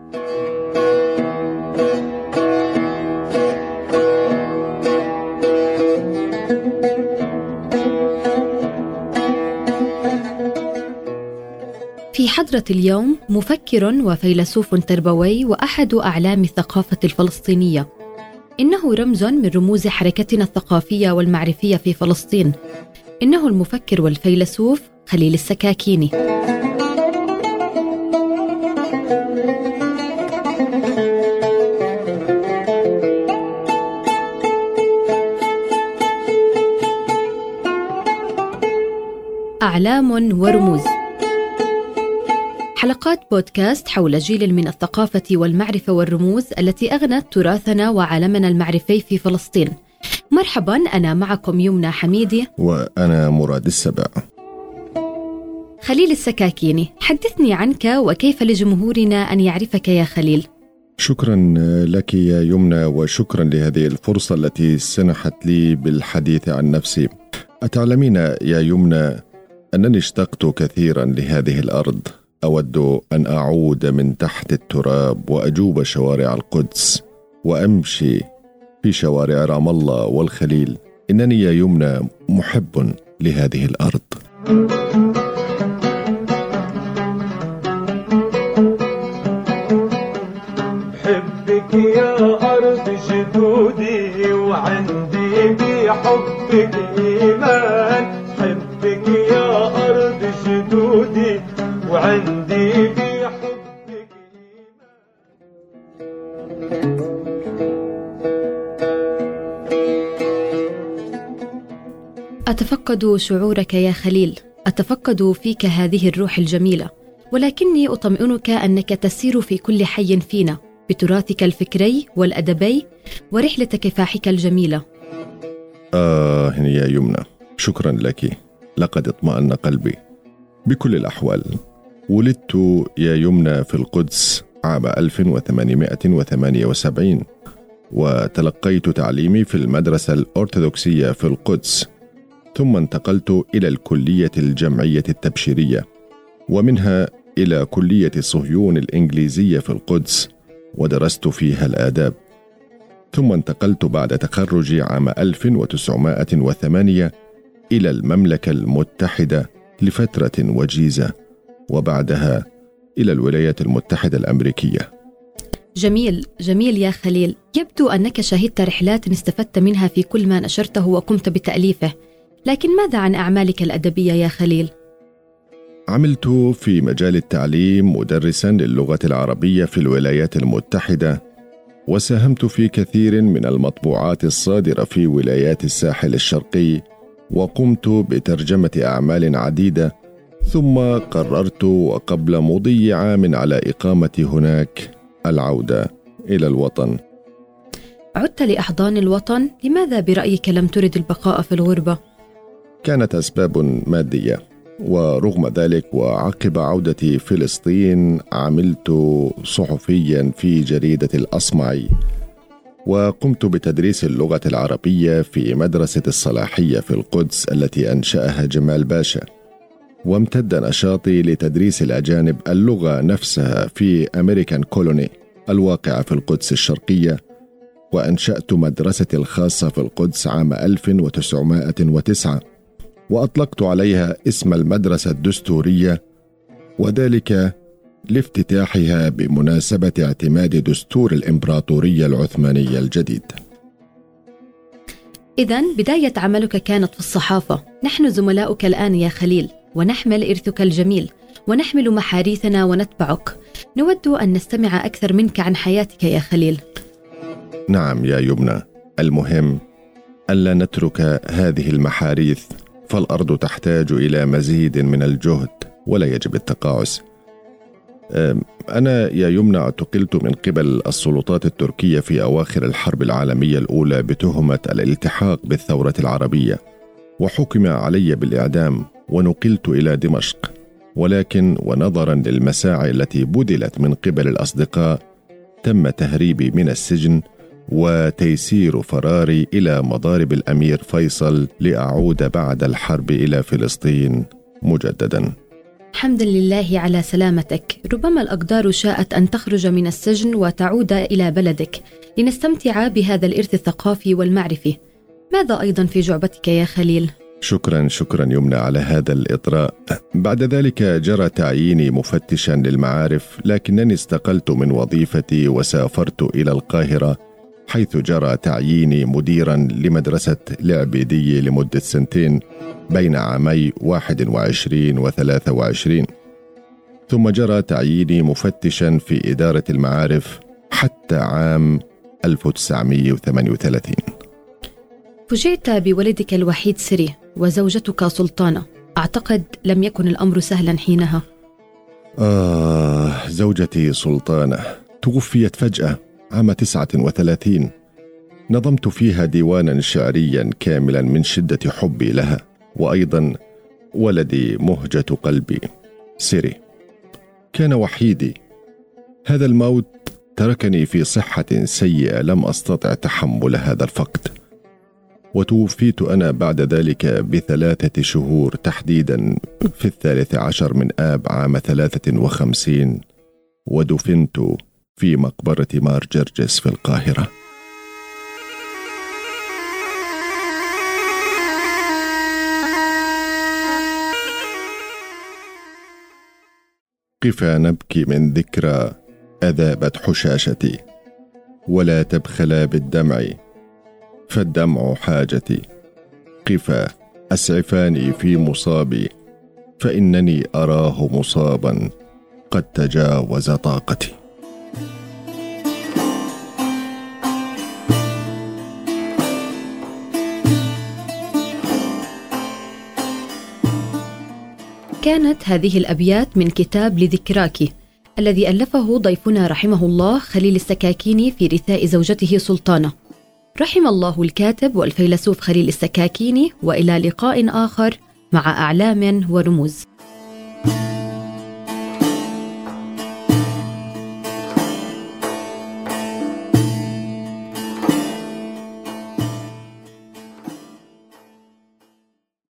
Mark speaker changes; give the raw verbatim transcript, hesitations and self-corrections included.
Speaker 1: في حضرة اليوم مفكر وفيلسوف تربوي وأحد أعلام الثقافة الفلسطينية. إنه رمز من رموز حركتنا الثقافية والمعرفية في فلسطين. إنه المفكر والفيلسوف خليل السكاكيني. أعلام ورموز، حلقات بودكاست حول جيل من الثقافة والمعرفة والرموز التي أغنت تراثنا وعالمنا المعرفي في فلسطين. مرحبا، أنا معكم يمنى حميدي
Speaker 2: وأنا مراد السبع.
Speaker 1: خليل السكاكيني، حدثني عنك وكيف لجمهورنا أن يعرفك يا خليل.
Speaker 2: شكرا لك يا يمنى، وشكرا لهذه الفرصة التي سنحت لي بالحديث عن نفسي. أتعلمين يا يمنى أنني اشتقت كثيرا لهذه الأرض. أود أن أعود من تحت التراب وأجوب شوارع القدس وأمشي في شوارع رام الله والخليل. إنني يا يمنى محب لهذه الأرض.
Speaker 3: حبك يا أرض جدودي وعندي بحبك إيمان. حبك يا أرض جدودي وعندي بحبك إيمان.
Speaker 1: أتفقد شعورك يا خليل، أتفقد فيك هذه الروح الجميلة، ولكني أطمئنك أنك تسير في كل حي فينا بتراثك الفكري والأدبي ورحلة كفاحك الجميلة.
Speaker 2: آه يا يمنى، شكرا لك، لقد اطمأن قلبي. بكل الأحوال ولدت يا يمنى في القدس عام ألف وثمانمائة وثمانية وسبعين، وتلقيت تعليمي في المدرسة الأرثوذكسية في القدس، ثم انتقلت إلى الكلية الجمعية التبشيرية، ومنها إلى كلية صهيون الإنجليزية في القدس، ودرست فيها الآداب. ثم انتقلت بعد تخرجي عام ألف وتسعمائة وثمانية إلى المملكة المتحدة لفترة وجيزة، وبعدها إلى الولايات المتحدة الأمريكية.
Speaker 1: جميل جميل يا خليل، يبدو أنك شهدت رحلات استفدت منها في كل ما نشرته وقمت بتأليفه، لكن ماذا عن أعمالك الأدبية يا خليل؟
Speaker 2: عملت في مجال التعليم مدرساً للغة العربية في الولايات المتحدة، وساهمت في كثير من المطبوعات الصادرة في ولايات الساحل الشرقي، وقمت بترجمة أعمال عديدة. ثم قررت وقبل مضي عام على إقامتي هناك العودة إلى الوطن.
Speaker 1: عدت لأحضان الوطن، لماذا برأيك لم ترد البقاء في الغربة؟
Speaker 2: كانت أسباب مادية، ورغم ذلك وعقب عودتي فلسطين عملت صحفيا في جريدة الأصمعي، وقمت بتدريس اللغة العربية في مدرسة الصلاحية في القدس التي أنشأها جمال باشا، وامتد نشاطي لتدريس الأجانب اللغة نفسها في أمريكان كولوني الواقعة في القدس الشرقية، وأنشأت مدرستي الخاصة في القدس عام ألف وتسعمائة وتسعة، وأطلقت عليها اسم المدرسة الدستورية، وذلك لافتتاحها بمناسبة اعتماد دستور الإمبراطورية العثمانية الجديد.
Speaker 1: إذن بداية عملك كانت في الصحافة. نحن زملاؤك الآن يا خليل، ونحمل إرثك الجميل، ونحمل محاريثنا ونتبعك. نود أن نستمع أكثر منك عن حياتك يا خليل.
Speaker 2: نعم يا يمنى، المهم ألا نترك هذه المحاريث، فالأرض تحتاج إلى مزيد من الجهد ولا يجب التقاعس. أنا يا يمنى اعتقلت من قبل السلطات التركية في أواخر الحرب العالمية الأولى بتهمة الالتحاق بالثورة العربية، وحكم علي بالإعدام ونقلت إلى دمشق، ولكن ونظرا للمساعي التي بذلت من قبل الأصدقاء تم تهريبي من السجن وتيسير فراري إلى مضارب الأمير فيصل لأعود بعد الحرب إلى فلسطين مجددا.
Speaker 1: حمدا لله على سلامتك. ربما الأقدار شاءت أن تخرج من السجن وتعود إلى بلدك لنستمتع بهذا الإرث الثقافي والمعرفي. ماذا أيضا في جعبتك يا خليل؟
Speaker 2: شكرا شكرا يمنى على هذا الإطراء. بعد ذلك جرى تعييني مفتشا للمعارف، لكنني استقلت من وظيفتي وسافرت إلى القاهرة، حيث جرى تعييني مديرا لمدرسة العبيدية لمدة سنتين بين عامي واحد وعشرين وثلاثة وعشرين، ثم جرى تعييني مفتشا في إدارة المعارف حتى عام ألف وتسعمائة وثمانية وثلاثين.
Speaker 1: فوجئت بولدك الوحيد سيري وزوجتك سلطانة. أعتقد لم يكن الأمر سهلا حينها.
Speaker 2: آه زوجتي سلطانة توفيت فجأة عام تسعة وثلاثين. نظمت فيها ديوانا شعريا كاملا من شدة حبي لها، وأيضا ولدي مهجة قلبي سيري كان وحيدي. هذا الموت تركني في صحة سيئة، لم أستطع تحمل هذا الفقد، وتوفيت أنا بعد ذلك بثلاثة شهور، تحديدا في الثالث عشر من آب عام ثلاثة وخمسين، ودفنت في مقبرة مار جرجس في القاهرة. قفا نبكي من ذكرى أذابت حشاشتي، ولا تبخلا بالدمع فالدمع حاجتي. قفا أسعفاني في مصابي، فإنني أراه مصابا قد تجاوز طاقتي.
Speaker 1: كانت هذه الأبيات من كتاب لذكراك الذي ألفه ضيفنا رحمه الله خليل السكاكيني في رثاء زوجته سلطانة. رحم الله الكاتب والفيلسوف خليل السكاكيني، وإلى لقاء آخر مع أعلام ورموز.